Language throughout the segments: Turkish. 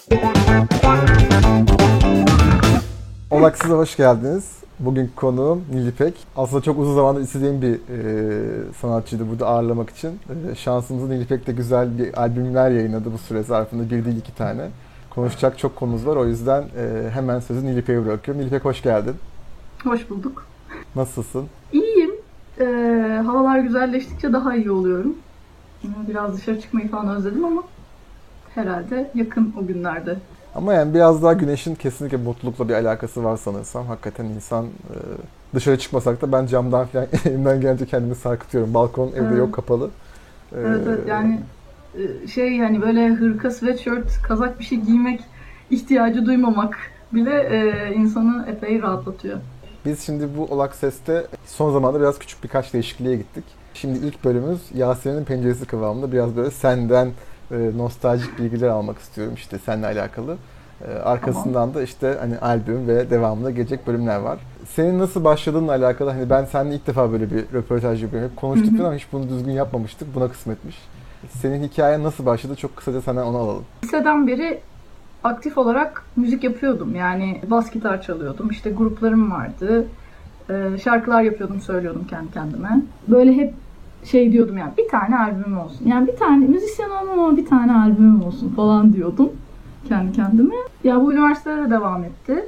Olaksız'a hoş geldiniz. Bugünkü konuğum Nilipek. Aslında çok uzun zamandır istediğim bir sanatçıydı burada ağırlamak için. Şansımızın Nilipek de güzel bir albümler yayınladı bu süre zarfında. Bir değil iki tane. Konuşacak çok konumuz var. O yüzden hemen sözü Nilipek'e bırakıyorum. Nilipek hoş geldin. Hoş bulduk. Nasılsın? İyiyim. Havalar güzelleştikçe daha iyi oluyorum. Biraz dışarı çıkmayı falan özledim ama herhalde yakın o günlerde. Ama yani biraz daha güneşin kesinlikle mutlulukla bir alakası var sanırsam. Hakikaten insan dışarı çıkmasak da ben camdan falan elimden gelince kendimi sarkıtıyorum. Balkon evde Evet. yok, kapalı. Evet, yani hani böyle hırka, sweatshirt, kazak bir şey giymek ihtiyacı duymamak bile insanı epey rahatlatıyor. Biz şimdi bu Olak Ses'te son zamanlarda biraz küçük birkaç değişikliğe gittik. Şimdi ilk bölümümüz Yasemin'in penceresi kıvamında. Biraz böyle senden nostaljik bilgiler almak istiyorum işte seninle alakalı. Tamam. Arkasından da işte hani albüm ve devamında gelecek bölümler var. Senin nasıl başladığınla alakalı hani ben seninle ilk defa böyle bir röportaj yapıyorum. Hep Hı konuştuk hı. ama hiç bunu düzgün yapmamıştık. Buna kısmetmiş. Senin hikayen nasıl başladı? Çok kısaca senden onu alalım. Liseden beri aktif olarak müzik yapıyordum. Yani bas gitar çalıyordum. İşte gruplarım vardı. Şarkılar yapıyordum, söylüyordum kendi kendime. Böyle hep şey diyordum yani bir tane albümüm olsun. Yani bir tane müzisyen olmam ama bir tane albümüm olsun falan diyordum kendi kendime. Ya bu üniversitede de devam etti.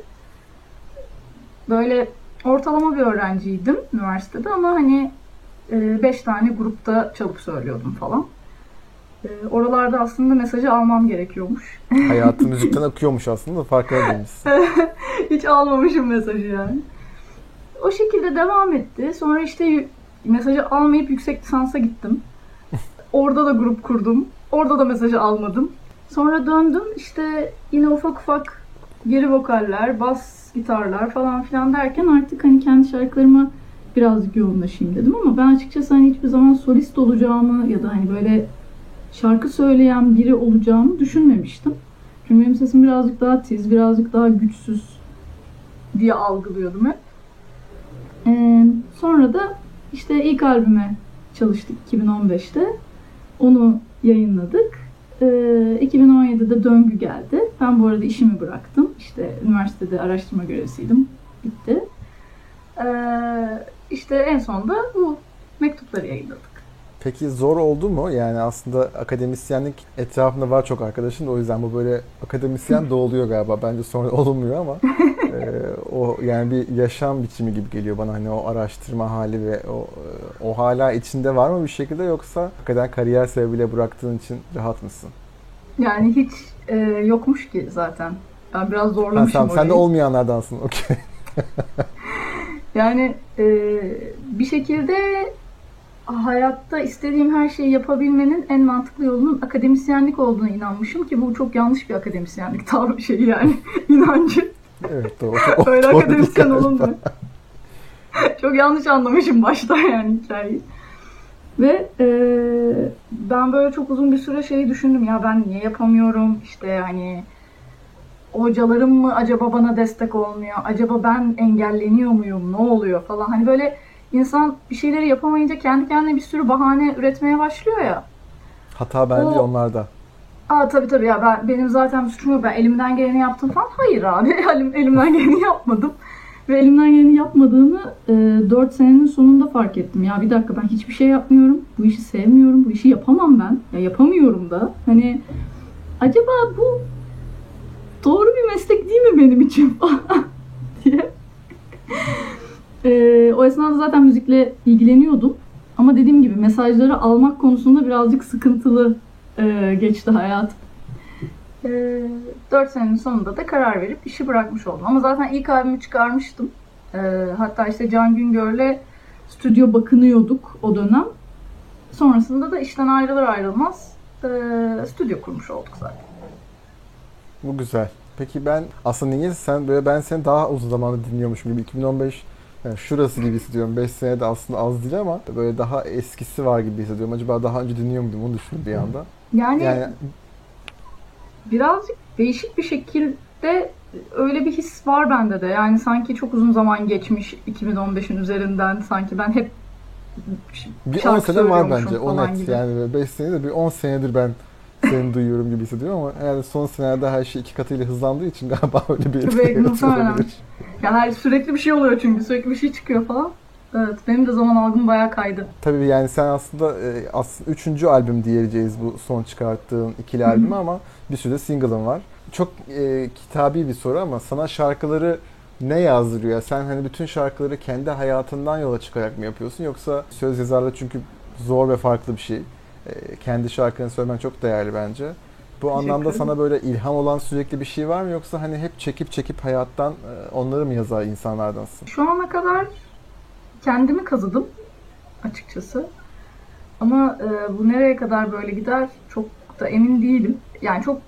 Böyle ortalama bir öğrenciydim üniversitede ama hani 5 tane grupta çalıp söylüyordum falan. Oralarda aslında mesajı almam gerekiyormuş. Hayatın müzikten akıyormuş aslında da farkına değilmişsin. Hiç almamışım mesajı yani. O şekilde devam etti. Sonra işte mesajı almayıp yüksek lisansa gittim. Orada da grup kurdum. Orada da mesajı almadım. Sonra döndüm işte yine ufak ufak geri vokaller, bas gitarlar falan filan derken artık hani kendi şarkılarıma birazcık yoğunlaşayım dedim ama ben açıkçası hani hiçbir zaman solist olacağımı ya da hani böyle şarkı söyleyen biri olacağımı düşünmemiştim. Çünkü benim sesim birazcık daha tiz, birazcık daha güçsüz diye algılıyordum hep. Sonra da işte ilk albüme çalıştık 2015'te. Onu yayınladık. 2017'de döngü geldi. Ben bu arada işimi bıraktım. İşte üniversitede araştırma görevlisiydim. Bitti. İşte en sonunda bu mektupları yayınladık. Peki zor oldu mu? Yani aslında akademisyenlik etrafında var çok arkadaşın da o yüzden bu böyle akademisyen doğuluyor galiba. Bence sonra olunmuyor ama o yani bir yaşam biçimi gibi geliyor bana hani o araştırma hali ve o hala içinde var mı bir şekilde yoksa hakikaten kariyer sebebiyle bıraktığın için rahat mısın? Yani hiç yokmuş ki zaten. Ben biraz Ha, zorlamışım sen de orayı. olmayanlardansın. Okey. Yani bir şekilde hayatta istediğim her şeyi yapabilmenin en mantıklı yolunun akademisyenlik olduğuna inanmışım ki bu çok yanlış bir akademisyenlik tavrı şeyi yani inancı. Evet doğru. Öyle Doğru değil akademisyen galiba. olunmuyor. Çok yanlış anlamışım başta yani hikayeyi. Ve ben böyle çok uzun bir süre şeyi düşündüm ya ben niye yapamıyorum işte hani hocalarım mı acaba bana destek olmuyor acaba ben engelleniyor muyum ne oluyor falan hani böyle insan bir şeyleri yapamayınca kendi kendine bir sürü bahane üretmeye başlıyor ya. Hata bence O onlarda. tabii ya benim zaten bir suçum yok ben elimden geleni yaptım falan. Hayır abi elimden geleni yapmadım. Ve elimden geleni yapmadığımı 4 senenin sonunda fark ettim. Ya bir dakika ben hiçbir şey yapmıyorum. Bu işi sevmiyorum. Bu işi yapamam ben. Ya yapamıyorum da. Hani acaba bu doğru bir meslek değil mi benim için falan diye. O esnada zaten müzikle ilgileniyordum. Ama dediğim gibi mesajları almak konusunda birazcık sıkıntılı geçti hayatım. 4 senenin sonunda da karar verip işi bırakmış oldum. Ama zaten ilk albümü çıkarmıştım. Hatta işte Can Güngör'le stüdyo bakınıyorduk o dönem. Sonrasında da işten ayrılır ayrılmaz stüdyo kurmuş olduk zaten. Bu güzel. Peki ben aslında niye sen böyle ben seni daha uzun zamandır dinliyormuşum gibi 2015 yani şurası gibi hissediyorum. 5 sene de aslında az değil ama böyle daha eskisi var gibi hissediyorum. Acaba daha önce dinliyor muydum onu düşündüm bir anda. Yani Yani birazcık değişik bir şekilde öyle bir his var bende de. Yani sanki çok uzun zaman geçmiş 2015'in üzerinden. Sanki ben hep bir 10 şarkı sene var söylüyormuşum bence o falan net. gibi. Yani 5 senedir bir 10 senedir ben seni duyuyorum gibi hissediyorum ama herhalde son senelerde her şey iki katıyla hızlandığı için galiba öyle bir etki Belki yaratıyor muhtemelen. olabilir. Yani sürekli bir şey oluyor çünkü sürekli bir şey çıkıyor falan. Evet, benim de zaman algım bayağı kaydı. Tabii yani sen aslında üçüncü albüm diyeceğiz bu son çıkarttığın ikili Hı hı. albümü ama bir sürü single'ın var. Çok kitabi bir soru ama sana şarkıları ne yazdırıyor? Sen hani bütün şarkıları kendi hayatından yola çıkarak mı yapıyorsun yoksa söz yazarlığı çünkü zor ve farklı bir şey. Kendi şarkını söylemen çok değerli bence. Bu Teşekkür anlamda ederim. sana böyle ilham olan sürekli bir şey var mı yoksa hani hep çekip çekip hayattan onları mı yazar insanlardansın? Şu ana kadar kendimi kazıdım açıkçası. Ama bu nereye kadar böyle gider çok da emin değilim. Yani çok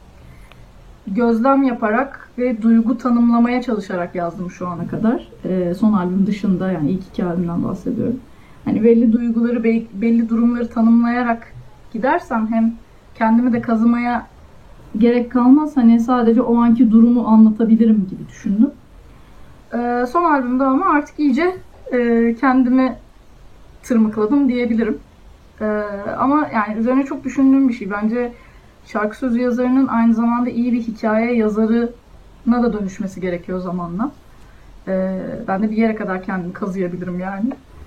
gözlem yaparak ve duygu tanımlamaya çalışarak yazdım şu ana kadar. Son albüm dışında yani ilk iki albümden bahsediyorum. Hani belli duyguları, belli durumları tanımlayarak gidersem hem kendimi de kazımaya gerek kalmaz. Hani sadece o anki durumu anlatabilirim gibi düşündüm. Son albümde ama artık iyice kendimi tırmıkladım diyebilirim. Ama yani üzerine çok düşündüğüm bir şey. Bence şarkı sözü yazarının aynı zamanda iyi bir hikaye yazarına da dönüşmesi gerekiyor zamanla. Ben de bir yere kadar kendimi kazıyabilirim yani.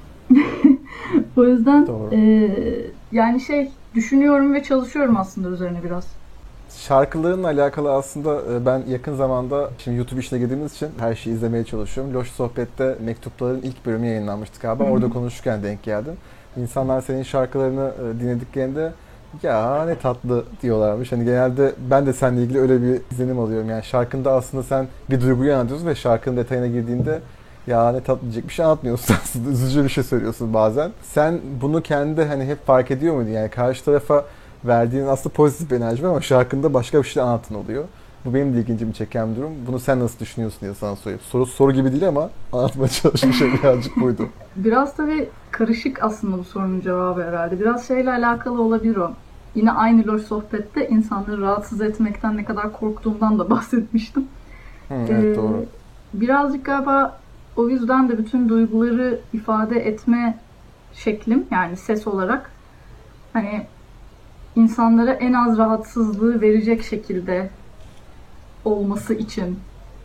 O yüzden Doğru. yani düşünüyorum ve çalışıyorum aslında üzerine biraz. Şarkılarınla alakalı aslında ben yakın zamanda şimdi YouTube işine girdiğimiz için her şeyi izlemeye çalışıyorum. Loş Sohbet'te Mektupların ilk bölümü yayınlanmıştı galiba. Hı hı. Orada konuşurken denk geldim. İnsanlar senin şarkılarını dinlediklerinde ya ne tatlı diyorlarmış. Hani genelde ben de seninle ilgili öyle bir izlenim alıyorum. Yani şarkında aslında sen bir duyguyu anlatıyorsun ve şarkının detayına girdiğinde ya ne tatlı diyecek bir şey anlatmıyorsun aslında. Üzücü bir şey söylüyorsun bazen. Sen bunu kendi hani hep fark ediyor muydun? Yani karşı tarafa verdiğin aslında pozitif bir enerji var ama şarkında başka bir şey anlatın oluyor. Bu benim de ilgincimi çeken bir durum. Bunu sen nasıl düşünüyorsun diye sana sorayım. Soru gibi değil ama anlatmaya çalıştığım şey birazcık buydu. Biraz tabii karışık aslında bu sorunun cevabı herhalde. Biraz şeyle alakalı olabilir o. Yine aynı loş sohbette insanları rahatsız etmekten ne kadar korktuğumdan da bahsetmiştim. Hı, evet Ee, doğru. Birazcık galiba o yüzden de bütün duyguları ifade etme şeklim yani ses olarak hani insanlara en az rahatsızlığı verecek şekilde olması için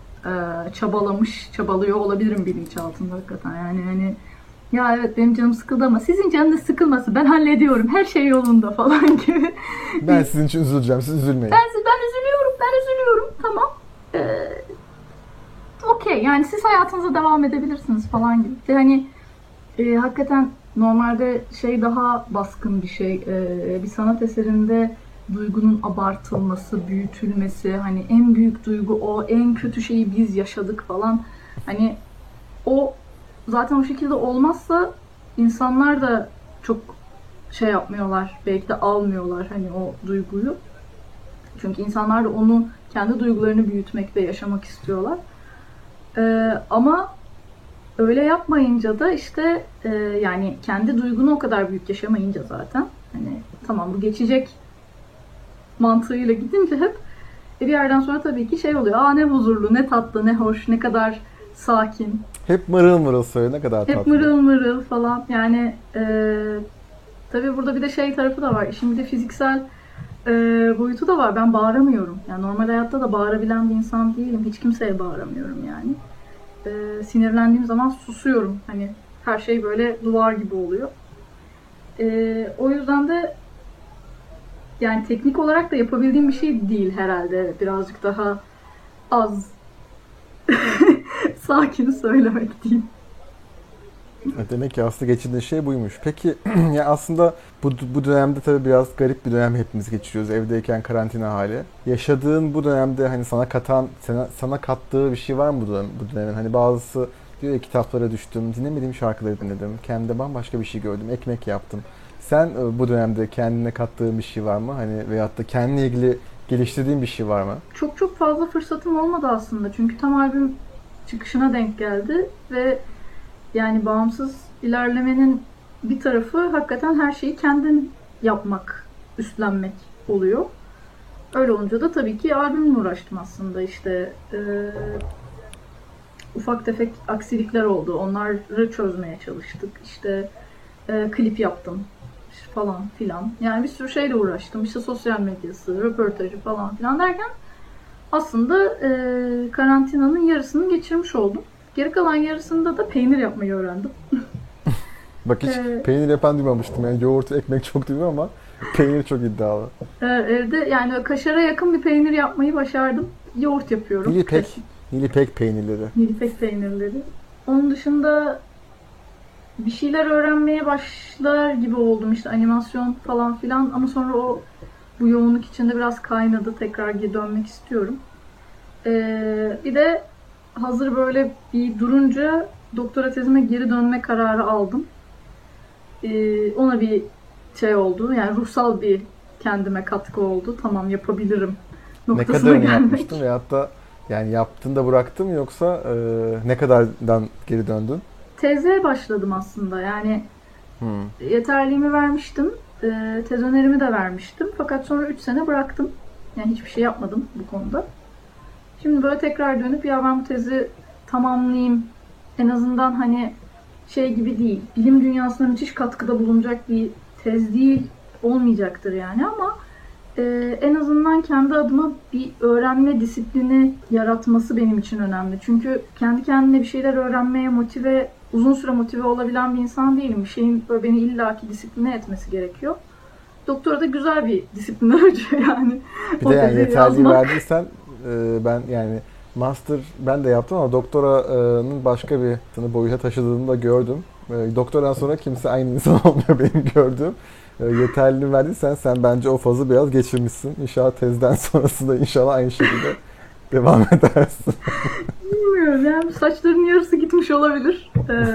çabalıyor olabilirim bilinçaltında hakikaten. Yani hani ya evet benim canım sıkıldı ama sizin canınız sıkılması ben hallediyorum. Her şey yolunda falan gibi. Ben sizin için üzüleceğim, siz üzülmeyin. Ben üzülüyorum. Tamam. Okey. Yani siz hayatınıza devam edebilirsiniz falan gibi. Hani hakikaten normalde daha baskın bir şey. Bir sanat eserinde duygunun abartılması, büyütülmesi, hani en büyük duygu o, en kötü şeyi biz yaşadık falan. Hani o zaten o şekilde olmazsa insanlar da çok yapmıyorlar. Belki de almıyorlar hani o duyguyu. Çünkü insanlar da onu kendi duygularını büyütmekte yaşamak istiyorlar. Ama öyle yapmayınca da yani kendi duygunu o kadar büyük yaşamayınca zaten hani tamam bu geçecek mantığıyla gidince hep bir yerden sonra tabii ki oluyor. Aa ne huzurlu, ne tatlı, ne hoş, ne kadar sakin. Hep mırıl mırıl söyle ne kadar Hep tatlı. mırıl mırıl falan. Yani tabii burada bir de tarafı da var. İşin bir de fiziksel boyutu da var. Ben bağıramıyorum. Yani normal hayatta da bağırabilen bir insan değilim. Hiç kimseye bağıramıyorum yani. Sinirlendiğim zaman susuyorum. Hani her şey böyle duvar gibi oluyor. O yüzden de yani teknik olarak da yapabildiğim bir şey değil herhalde. Birazcık daha az sakin söylemek diyeyim. Demek ki aslında geçirdiğin şey buymuş. Peki ya aslında bu dönemde tabii biraz garip bir dönem hepimiz geçiriyoruz evdeyken karantina hali. Yaşadığın bu dönemde hani sana kattığı bir şey var mı bu dönemin? Hani bazısı diyor ya kitaplara düştüm, dinlemediğim şarkıları dinledim, kendimde bambaşka bir şey gördüm, ekmek yaptım. Sen bu dönemde kendine kattığın bir şey var mı? Hani veyahut da kendine ilgili geliştirdiğin bir şey var mı? Çok çok fazla fırsatım olmadı aslında. Çünkü tam albüm çıkışına denk geldi ve yani bağımsız ilerlemenin bir tarafı hakikaten her şeyi kendin yapmak, üstlenmek oluyor. Öyle olunca da tabii ki albümle uğraştım aslında ufak tefek aksilikler oldu. Onları çözmeye çalıştık. Klip yaptım. falan filan. Yani bir sürü şeyle uğraştım. İşte sosyal medyası, röportajı falan filan derken aslında karantinanın yarısını geçirmiş oldum. Geri kalan yarısında da peynir yapmayı öğrendim. Bak hiç E, peynir yapan duymamıştım. Yani yoğurt, ekmek çok duydum ama peynir çok iddialı. Evde yani kaşara yakın bir peynir yapmayı başardım. Yoğurt yapıyorum. Nilipek, Klasik. Nilipek peynirleri. Nilüfer peynirleri. Onun dışında bir şeyler öğrenmeye başlar gibi oldum. İşte animasyon falan filan. Ama sonra bu yoğunluk içinde biraz kaynadı. Tekrar geri dönmek istiyorum. Bir de hazır böyle bir durunca doktora tezime geri dönme kararı aldım. Ona bir şey oldu. Yani ruhsal bir kendime katkı oldu. Tamam yapabilirim Ne noktasına kadarını gelmek. yapmıştın veyahut da yani yaptığında bıraktın mı yoksa ne kadardan geri döndün? Teze başladım aslında. Yani Hmm. yeterliğimi vermiştim. Tez önerimi de vermiştim. Fakat sonra 3 sene bıraktım. Yani hiçbir şey yapmadım bu konuda. Şimdi böyle tekrar dönüp ya ben bu tezi tamamlayayım. En azından hani şey gibi değil. Bilim dünyasına müthiş katkıda bulunacak bir tez değil. Olmayacaktır yani ama en azından kendi adıma bir öğrenme disiplini yaratması benim için önemli. Çünkü kendi kendine bir şeyler öğrenmeye uzun süre motive olabilen bir insan değilim. Bir şeyin böyle beni illaki disipline etmesi gerekiyor. Doktora da güzel bir disiplin aracı yani. Bir O de yani tezi yeterliği yazmak. verdiysen ben yani master ben de yaptım ama doktoranın başka bir boyuta taşıdığını da gördüm. Doktoradan sonra kimse aynı insan olmuyor benim gördüğüm. Yeterliğini verdiysen sen bence o fazı biraz geçirmişsin. İnşallah tezden sonrasında inşallah aynı şekilde devam edersin. Bilmiyorum yani saçların yarısı gitmiş olabilir.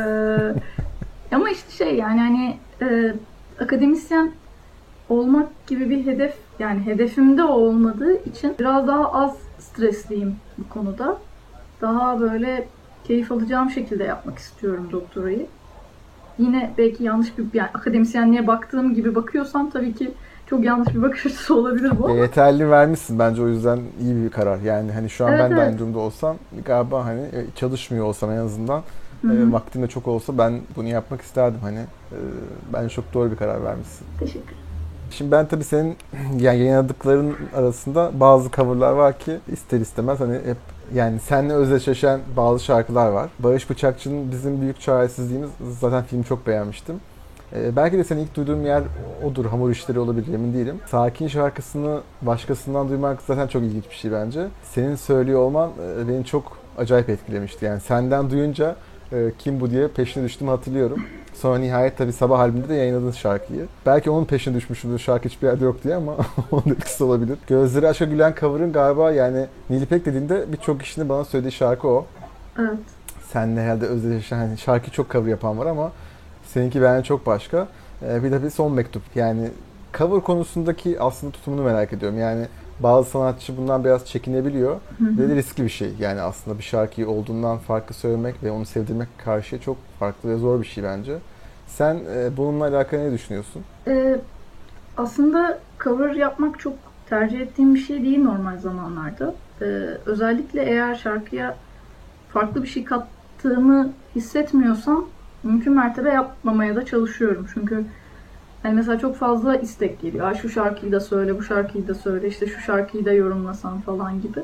Ama işte şey yani hani akademisyen olmak gibi bir hedef yani hedefimde o olmadığı için biraz daha az stresliyim bu konuda. Daha böyle keyif alacağım şekilde yapmak istiyorum doktorayı. Yine belki yanlış bir yani akademisyenliğe baktığım gibi bakıyorsam tabii ki çok yanlış bir bakış açısı olabilir bu ama Yeterli vermişsin bence o yüzden iyi bir karar. Yani hani şu an evet ben de evet. aynı durumda olsam galiba hani çalışmıyor olsam en azından Hı hı. vaktim de çok olsa ben bunu yapmak isterdim hani. Bence çok doğru bir karar vermişsin. Teşekkür. Şimdi ben tabii senin yani yayınladıkların arasında bazı coverlar var ki ister istemez hani hep yani seninle özdeşleşen bazı şarkılar var. Barış Bıçakçı'nın Bizim Büyük Çaresizliğimiz zaten filmi çok beğenmiştim. Belki de seni ilk duyduğum yer odur. Hamur işleri olabilir emin değilim. Sakin şarkısını başkasından duymak zaten çok ilginç bir şey bence. Senin söylüyor olman beni çok acayip etkilemişti. Yani senden duyunca kim bu diye peşine düştüğümü hatırlıyorum. Sonra nihayet tabii sabah albümünde de yayınladın şarkıyı. Belki onun peşine düşmüşümdür şarkı hiçbir yerde yok diye ama onun etkisi olabilir. Gözleri Aşka Gülen cover'ın galiba yani Nilipek dediğinde birçok kişinin bana söylediği şarkı o. Evet. Seninle herhalde özdeşleşen hani şarkı çok cover yapan var ama seninki bence çok başka. Bir de bir Son Mektup. Yani cover konusundaki aslında tutumunu merak ediyorum. Yani bazı sanatçı bundan biraz çekinebiliyor. Hı hı. Ve de riskli bir şey. Yani aslında bir şarkıyı olduğundan farklı söylemek ve onu sevdirmek karşıya çok farklı ve zor bir şey bence. Sen bununla alakalı ne düşünüyorsun? Ee, Aslında cover yapmak çok tercih ettiğim bir şey değil normal zamanlarda. Özellikle eğer şarkıya farklı bir şey kattığımı hissetmiyorsam mümkün mertebe yapmamaya da çalışıyorum. Çünkü hani mesela çok fazla istek geliyor. Şu şarkıyı da söyle, bu şarkıyı da söyle, işte şu şarkıyı da yorumlasan falan gibi.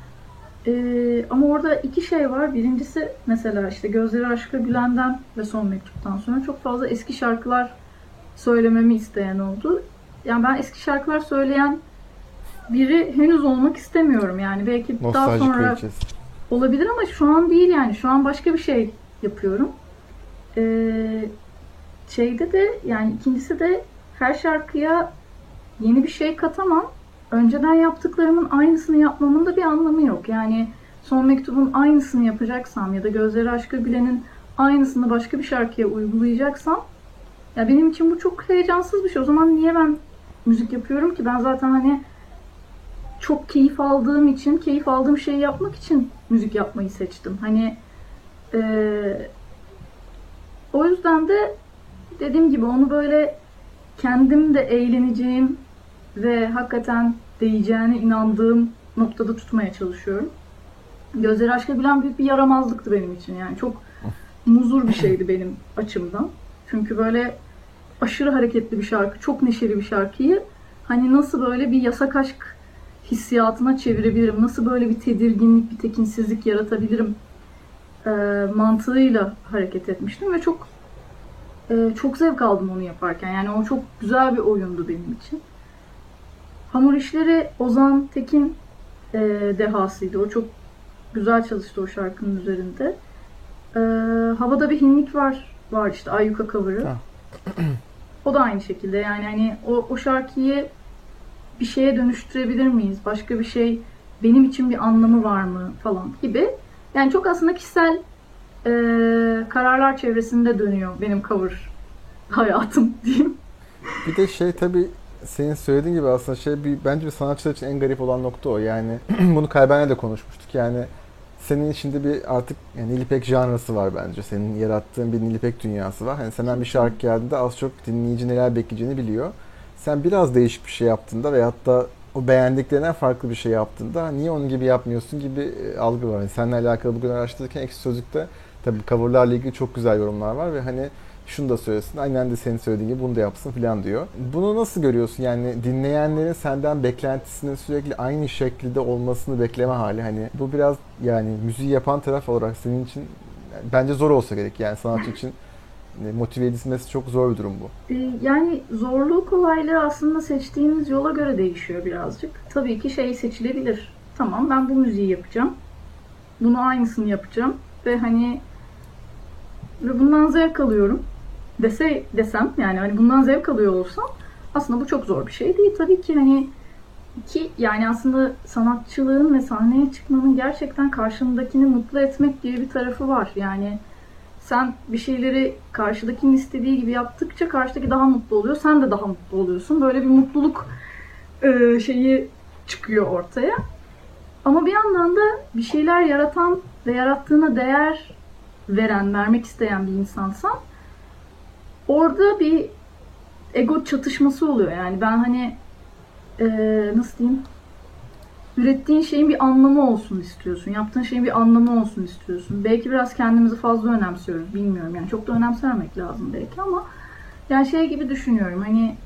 Ama orada iki şey var. Birincisi mesela işte Gözleri Aşka Gülen'den ve Son Mektup'tan sonra çok fazla eski şarkılar söylememi isteyen oldu. Yani ben eski şarkılar söyleyen biri henüz olmak istemiyorum. Yani belki daha Nostaljik sonra kraliçesi. olabilir ama şu an değil yani. Şu an başka bir şey yapıyorum. Ee, Şeyde de yani ikincisi de her şarkıya yeni bir şey katamam. Önceden yaptıklarımın aynısını yapmamın da bir anlamı yok. Yani Son Mektubun aynısını yapacaksam ya da Gözleri Aşka Gülen'in aynısını başka bir şarkıya uygulayacaksam ya benim için bu çok heyecansız bir şey. O zaman niye ben müzik yapıyorum ki? Ben zaten hani çok keyif aldığım için, keyif aldığım şeyi yapmak için müzik yapmayı seçtim. Hani o yüzden de dediğim gibi onu böyle kendim de eğleneceğim ve hakikaten değeceğine inandığım noktada tutmaya çalışıyorum. Gözleri Aşka Gülen büyük bir yaramazlıktı benim için yani. Çok muzur bir şeydi benim açımdan. Çünkü böyle aşırı hareketli bir şarkı, çok neşeli bir şarkıyı hani nasıl böyle bir yasak aşk hissiyatına çevirebilirim, nasıl böyle bir tedirginlik, bir tekinsizlik yaratabilirim mantığıyla hareket etmiştim ve çok zevk aldım onu yaparken. Yani o çok güzel bir oyundu benim için. Hamur işleri Ozan Tekin dehasıydı. O çok güzel çalıştı o şarkının üzerinde. Havada bir hinlik var işte Ayyuka cover'ı. O da aynı şekilde yani hani o şarkıyı bir şeye dönüştürebilir miyiz? Başka bir şey benim için bir anlamı var mı falan gibi. Yani çok aslında kişisel kararlar çevresinde dönüyor benim cover hayatım diyeyim. Bir de şey tabii senin söylediğin gibi aslında bence bir sanatçılar için en garip olan nokta o. Yani bunu Kalben'le de konuşmuştuk. Yani senin içinde bir artık yani Nil İpek janrası var bence. Senin yarattığın bir Nil İpek dünyası var. Hani senden bir şarkı geldiğinde az çok dinleyici neler bekleyeceğini biliyor. Sen biraz değişik bir şey yaptığında veyahut da o beğendiklerinden farklı bir şey yaptığında niye onun gibi yapmıyorsun gibi algı var. Yani seninle alakalı bugün araştırırken Ekşi Sözlük'te tabii coverlarla ilgili çok güzel yorumlar var ve hani şunu da söylesin, aynen de senin söylediğin gibi bunu da yapsın falan diyor. Bunu nasıl görüyorsun? Yani dinleyenlerin senden beklentisinin sürekli aynı şekilde olmasını bekleme hali. Hani bu biraz yani müziği yapan taraf olarak senin için bence zor olsa gerek. Yani sanatçı için motive edilmesi çok zor bir durum bu. Yani zorluğu kolaylığı aslında seçtiğimiz yola göre değişiyor birazcık. Tabii ki şey seçilebilir. Tamam ben bu müziği yapacağım. Bunu aynısını yapacağım. Ve bundan zevk alıyorum desem yani hani bundan zevk alıyor olsam aslında bu çok zor bir şey değil. Tabii ki yani aslında sanatçılığın ve sahneye çıkmanın gerçekten karşındakini mutlu etmek gibi bir tarafı var. Yani sen bir şeyleri karşıdakinin istediği gibi yaptıkça karşıdaki daha mutlu oluyor. Sen de daha mutlu oluyorsun. Böyle bir mutluluk şeyi çıkıyor ortaya. Ama bir yandan da bir şeyler yaratan ve yarattığına değer vermek isteyen bir insansan orada bir ego çatışması oluyor. Yani ben hani nasıl diyeyim, ürettiğin şeyin bir anlamı olsun istiyorsun. Yaptığın şeyin bir anlamı olsun istiyorsun. Belki biraz kendimizi fazla önemsiyoruz. Bilmiyorum yani çok da önemsememek lazım belki ama yani şey gibi düşünüyorum hani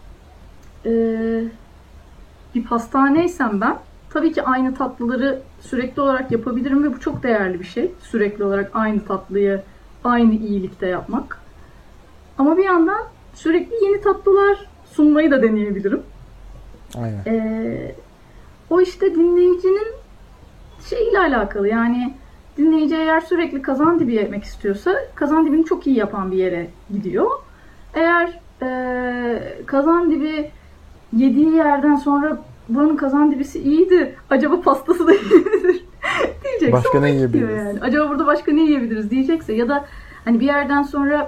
bir pastaneysem ben tabii ki aynı tatlıları sürekli olarak yapabilirim ve bu çok değerli bir şey. Sürekli olarak aynı tatlıyı aynı iyilikte yapmak. Ama bir yandan sürekli yeni tatlılar sunmayı da deneyebilirim. Aynen. O işte dinleyicinin şeyle alakalı. Yani dinleyici eğer sürekli kazandibi yemek istiyorsa kazandibini çok iyi yapan bir yere gidiyor. Eğer kazandibi yediği yerden sonra buranın kazandibisi iyiydi, acaba pastası da iyidir diyecekse başka ne yiyebiliriz? yiyebiliriz? Yani. Acaba burada başka ne yiyebiliriz diyecekse ya da hani bir yerden sonra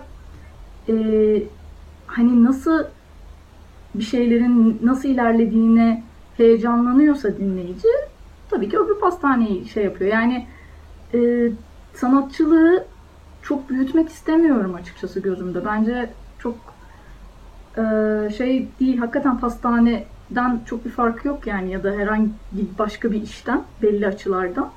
hani nasıl bir şeylerin nasıl ilerlediğine heyecanlanıyorsa dinleyici tabii ki öbür pastaneyi şey yapıyor. Yani sanatçılığı çok büyütmek istemiyorum açıkçası gözümde. Bence çok şey değil. Hakikaten pastaneden çok bir farkı yok yani ya da herhangi başka bir işten belli açılardan.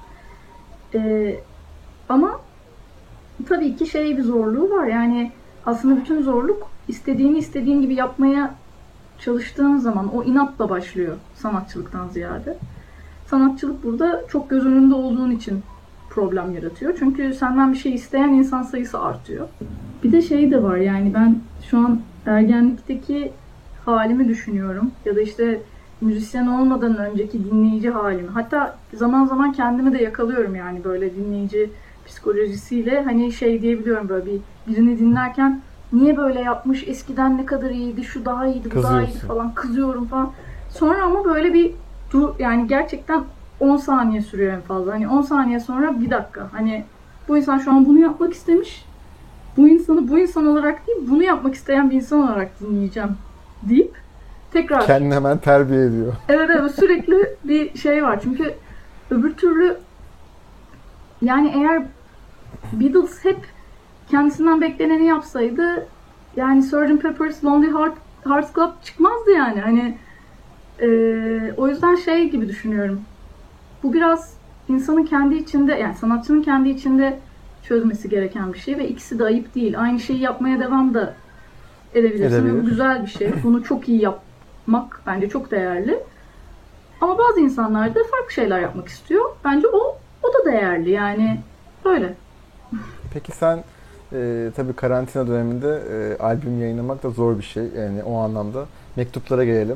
Ama tabii ki şey bir zorluğu var. Yani aslında bütün zorluk istediğin gibi yapmaya çalıştığın zaman o inatla başlıyor sanatçılıktan ziyade. Sanatçılık burada çok göz önünde olduğun için problem yaratıyor. Çünkü senden bir şey isteyen insan sayısı artıyor. Bir de şey de var yani ben şu an ergenlikteki halimi düşünüyorum. Ya da işte müzisyen olmadan önceki dinleyici halimi. Hatta zaman zaman kendimi de yakalıyorum yani böyle dinleyici psikolojisiyle. Hani şey diyebiliyorum böyle birini dinlerken niye böyle yapmış, eskiden ne kadar iyiydi, şu daha iyiydi, bu daha iyiydi falan kızıyorum falan. Sonra ama böyle bir yani gerçekten 10 saniye sürüyor en fazla. Hani 10 saniye sonra bir dakika. Hani bu insan şu an bunu yapmak istemiş. Bu insanı bu insan olarak değil, bunu yapmak isteyen bir insan olarak dinleyeceğim deyip tekrar. Kendini hemen terbiye ediyor. Evet sürekli bir şey var. Çünkü öbür türlü yani eğer Beatles hep kendisinden bekleneni yapsaydı yani Sgt. Pepper's Lonely Hearts Club çıkmazdı yani. Hani o yüzden şey gibi düşünüyorum. Bu biraz insanın kendi içinde yani sanatçının kendi içinde çözmesi gereken bir şey ve ikisi de ayıp değil. Aynı şeyi yapmaya devam da edebilirsin. Ve bu Edebilir. güzel bir şey. Bunu çok iyi yapmak bence çok değerli. Ama bazı insanlar da farklı şeyler yapmak istiyor. Bence o da değerli. Yani böyle. Peki sen tabii karantina döneminde albüm yayınlamak da zor bir şey. Yani o anlamda mektuplara gelelim.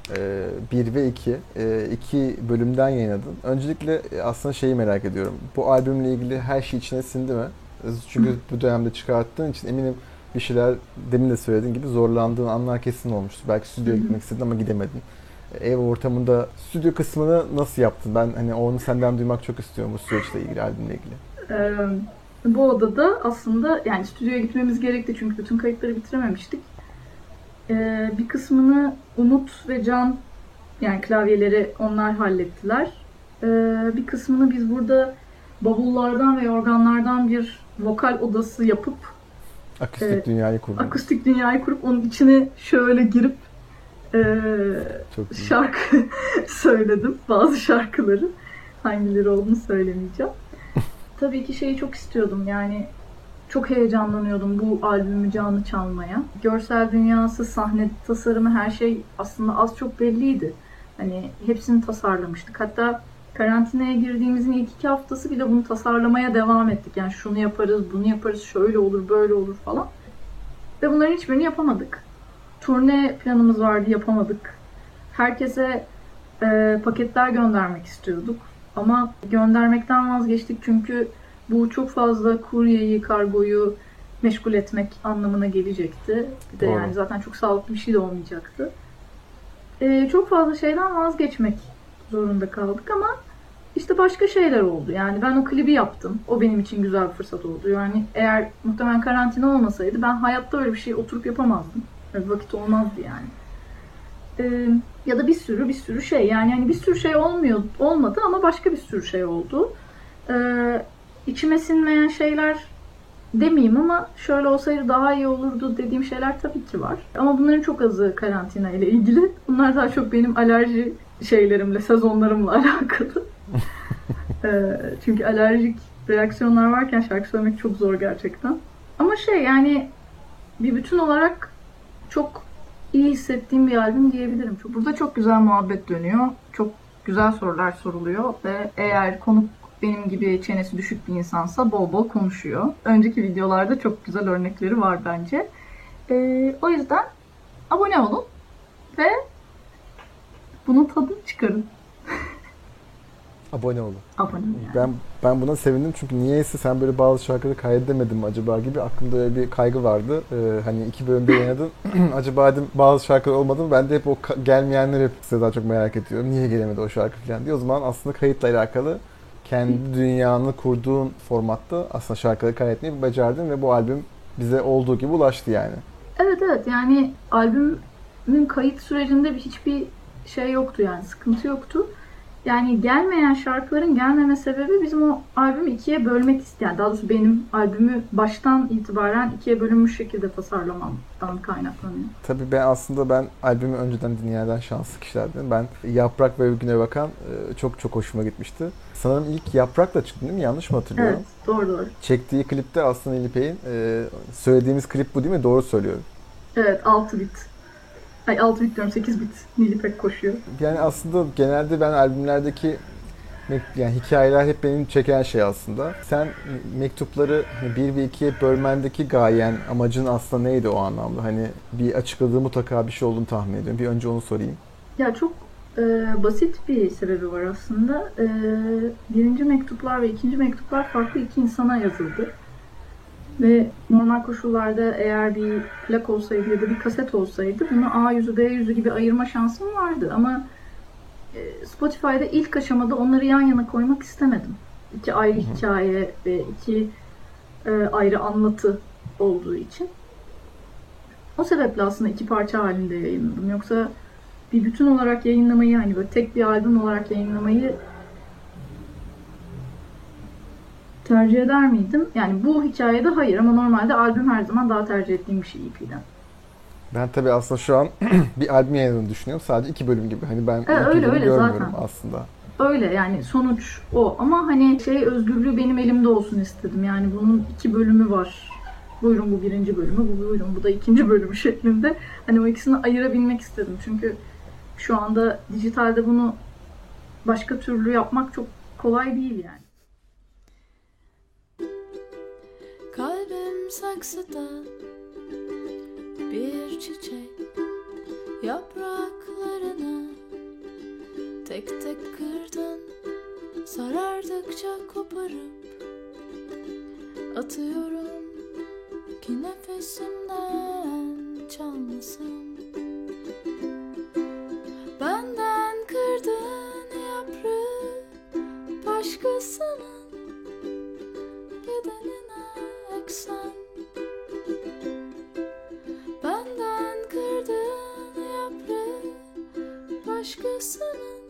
1 ve 2. 2 bölümden yayınladın. Öncelikle aslında şeyi merak ediyorum. Bu albümle ilgili her şey içine sindi mi? Çünkü bu dönemde çıkarttığın için eminim bir şeyler demin de söylediğin gibi zorlandığın anlar kesin olmuştur. Belki stüdyoya gitmek istedin ama gidemedin. Ev ortamında stüdyo kısmını nasıl yaptın? Ben hani onu senden duymak çok istiyorum bu süreçle ilgili, albümle ilgili. Ee, Bu odada aslında yani stüdyoya gitmemiz gerekti çünkü bütün kayıtları bitirememiştik. Bir kısmını Umut ve Can, yani klavyeleri onlar hallettiler. Bir kısmını biz burada bavullardan ve organlardan bir vokal odası yapıp Akustik dünyayı kurdun. akustik dünyayı kurup onun içine şöyle girip Çok iyi. şarkı söyledim. Bazı şarkıları. Hangileri olduğunu söylemeyeceğim. Tabii ki şeyi çok istiyordum yani çok heyecanlanıyordum bu albümü canlı çalmaya. Görsel dünyası, sahne tasarımı her şey aslında az çok belliydi. Hani hepsini tasarlamıştık. Hatta karantinaya girdiğimizin ilk 2 haftası bile bunu tasarlamaya devam ettik. Yani şunu yaparız, bunu yaparız, şöyle olur, böyle olur falan. Ve bunların hiçbirini yapamadık. Turne planımız vardı, yapamadık. Herkese paketler göndermek istiyorduk. Ama göndermekten vazgeçtik çünkü bu çok fazla kuryeyi, kargoyu meşgul etmek anlamına gelecekti. Bir de Doğru. yani zaten çok sağlıklı bir şey de olmayacaktı. Çok fazla şeyden vazgeçmek zorunda kaldık ama işte başka şeyler oldu. Yani ben o klibi yaptım. O benim için güzel bir fırsat oldu. Yani eğer muhtemelen karantina olmasaydı ben hayatta öyle bir şey oturup yapamazdım. Öyle bir vakit olmazdı yani. Ya da bir sürü şey yani hani bir sürü şey olmadı ama başka bir sürü şey oldu. İçime sinmeyen şeyler demeyeyim ama şöyle olsaydı daha iyi olurdu dediğim şeyler tabii ki var. Ama bunların çok azı karantina ile ilgili. Bunlar daha çok benim alerji şeylerimle, sezonlarımla alakalı. Çünkü alerjik reaksiyonlar varken şarkı söylemek çok zor gerçekten. Ama şey yani bir bütün olarak çok iyi hissettiğim bir albüm diyebilirim. Burada çok güzel muhabbet dönüyor. Çok güzel sorular soruluyor ve eğer konuk benim gibi çenesi düşük bir insansa bol bol konuşuyor. Önceki videolarda çok güzel örnekleri var bence. O yüzden abone olun ve bunun tadını çıkarın. Abone olun. Abone olun yani. Ben buna sevindim çünkü niyeyse sen böyle bazı şarkıları kaydedemedin mi acaba gibi aklımda öyle bir kaygı vardı. Hani 2 bölümde yayınladın. Acaba dedim bazı şarkılar olmadı mı? Ben de hep o gelmeyenleri hep size daha çok merak ediyorum. Niye gelemedi o şarkı falan diye. O zaman aslında kayıtla alakalı kendi dünyanı kurduğun formatta aslında şarkıları kaydetmeyi becerdin ve bu albüm bize olduğu gibi ulaştı yani. Evet yani albümün kayıt sürecinde hiçbir şey yoktu yani sıkıntı yoktu. Yani gelmeyen şarkıların gelmeme sebebi bizim o albümü 2'ye bölmek isteyen, daha doğrusu benim albümü baştan itibaren 2'ye bölünmüş şekilde tasarlamamdan kaynaklanıyor. Tabii ben albümü önceden dinleyenlerden şanslı kişilerden. Ben Yaprak ve Güne Bakan çok çok hoşuma gitmişti. Sanırım ilk Yaprak'la çıktı değil mi? Yanlış mı hatırlıyorum? Evet, doğru. Çektiği klipte aslında Nilüfer'in söylediğimiz klip bu değil mi? Doğru söylüyorum. Evet, 6 bit. Ay 6 bit diyorum, 8 bit. Nilüfer koşuyor. Yani aslında genelde ben albümlerdeki yani hikayeler hep benim çeken şey aslında. Sen mektupları 1 ve 2'ye bölmendeki gayen, amacın aslında neydi o anlamda? Hani bir açıkladığı mutlaka bir şey olduğunu tahmin ediyorum. Bir önce onu sorayım. Ya çok basit bir sebebi var aslında. Birinci mektuplar ve ikinci mektuplar farklı iki insana yazıldı. Ve normal koşullarda eğer bir plak olsaydı ya da bir kaset olsaydı bunu A yüzü B yüzü gibi ayırma şansım vardı. Ama Spotify'da ilk aşamada onları yan yana koymak istemedim. İki ayrı hikaye ve iki ayrı anlatı olduğu için. O sebeple aslında iki parça halinde yayınladım. Yoksa bir bütün olarak yayınlamayı, hani böyle tek bir albüm olarak yayınlamayı tercih eder miydim? Yani bu hikayede hayır ama normalde albüm her zaman daha tercih ettiğim bir şey EP'den. Ben tabii aslında şu an bir albüm yayınladığını düşünüyorum. Sadece 2 bölüm gibi. Hani ben öyle görmüyorum zaten. aslında. Öyle yani sonuç o ama hani özgürlüğü benim elimde olsun istedim. Yani bunun 2 bölümü var buyurun bu birinci bölümü, buyurun bu da ikinci bölümü şeklinde. Hani o ikisini ayırabilmek istedim. Çünkü şu anda dijitalde bunu başka türlü yapmak çok kolay değil yani. Kalbim saksıda bir çiçek, yapraklarını tek tek kırdın, sarardıkça koparıp atıyorum ki nefesimden çalmasın. Benden kırdığın yaprağı başkasının bedenine eksen. Benden kırdığın yaprağı başkasının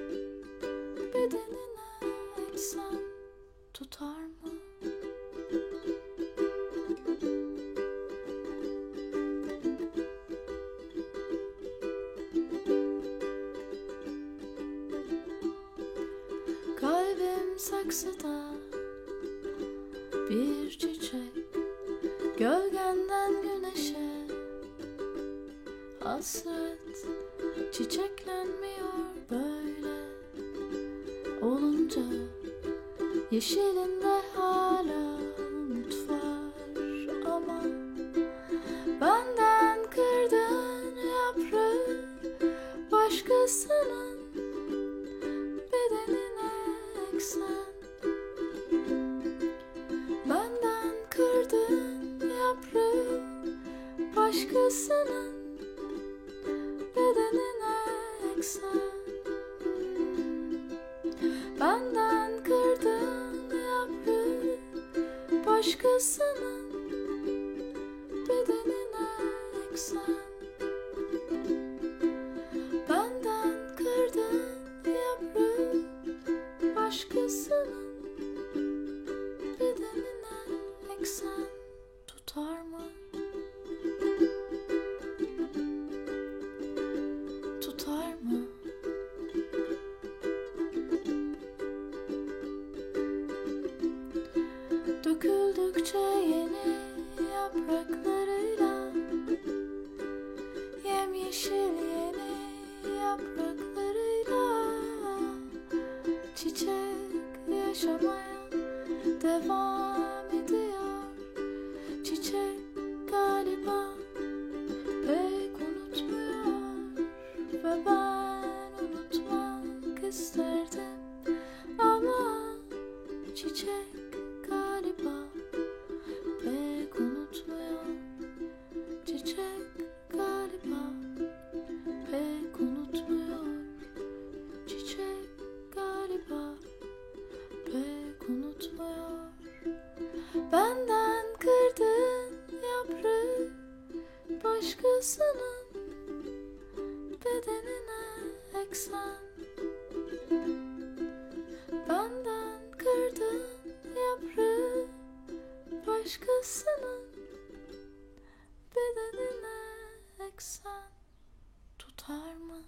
bedenine eksen tutar mı? Kalbim saksıda bir çiçek, gölgenden güneşe hasret, çiçeklenmiyor böyle olunca. Yeşilinde hala umut var ama benden kırdığın yaprağı başkasının bedenine eksen. Benden kırdığın yaprağı başkasının bedenine eksen. Benden kırdığın yaprağı başkasının bedenine eksen. Benden kırdığın yaprağı başkasının bedenine eksen tutar mı? Tutar mı? Döküldükçe yeni yapraklarıyla, yemyeşil yeni yapraklarıyla çiçek yaşamaya devam ediyor. Çiçek galiba pek unutmuyor ve ben unutmak isterdim ama çiçek galiba pek unutmuyor. Çiçek galiba pek unutmuyor. Çiçek galiba pek unutmuyor. Benden kırdığın yaprağı başkasının bedenine eksen. Benden kırdığın yaprağı başkasının bedenine eksen tutar mı?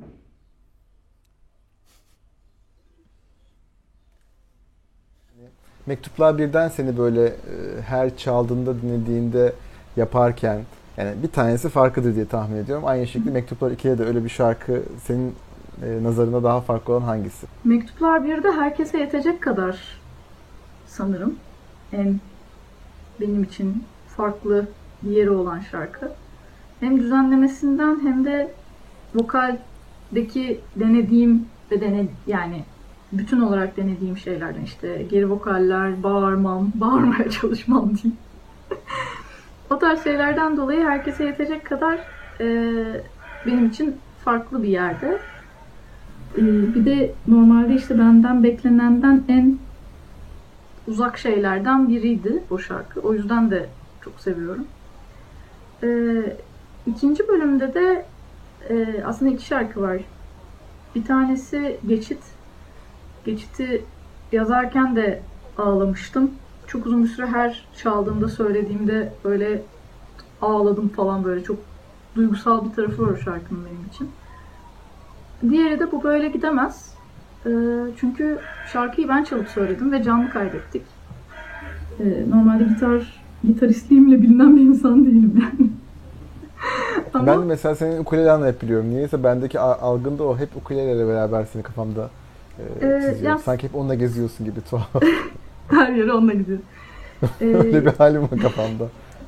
Mektuplar Bir'den seni böyle her çaldığında, dinlediğinde, yaparken yani bir tanesi farklıdır diye tahmin ediyorum. Aynı şekilde Mektuplar 2'de de öyle bir şarkı senin nazarında daha farklı olan hangisi? Mektuplar 1'de herkese yetecek kadar sanırım en benim için farklı bir yeri olan şarkı. Hem düzenlemesinden hem de vokaldeki denediğim ve yani bütün olarak denediğim şeylerden, işte geri vokaller, bağırmaya çalışmam diyeyim. O tarz şeylerden dolayı herkese yetecek kadar benim için farklı bir yerde. Bir de normalde işte benden beklenenden en uzak şeylerden biriydi bu şarkı. O yüzden de çok seviyorum. İkinci bölümde de aslında iki şarkı var. Bir tanesi Geçit. Geçit'i yazarken de ağlamıştım. Çok uzun bir süre her çaldığımda, söylediğimde böyle ağladım falan, böyle çok duygusal bir tarafı var o şarkının benim için. Diğeri de Bu Böyle Gidemez. Çünkü şarkıyı ben çalıp söyledim ve canlı kaydettik. Normalde gitar gitaristliğimle bilinen bir insan değilim yani. Ama Ben de mesela senin ukulelenle hep biliyorum. Niyeyse bendeki algım da o. Hep ukeleyle beraber seni kafamda çiziyorum. ya, Sanki hep onunla geziyorsun gibi tuhaf. her yere onunla gidiyorum. Öyle bir halim var kafamda.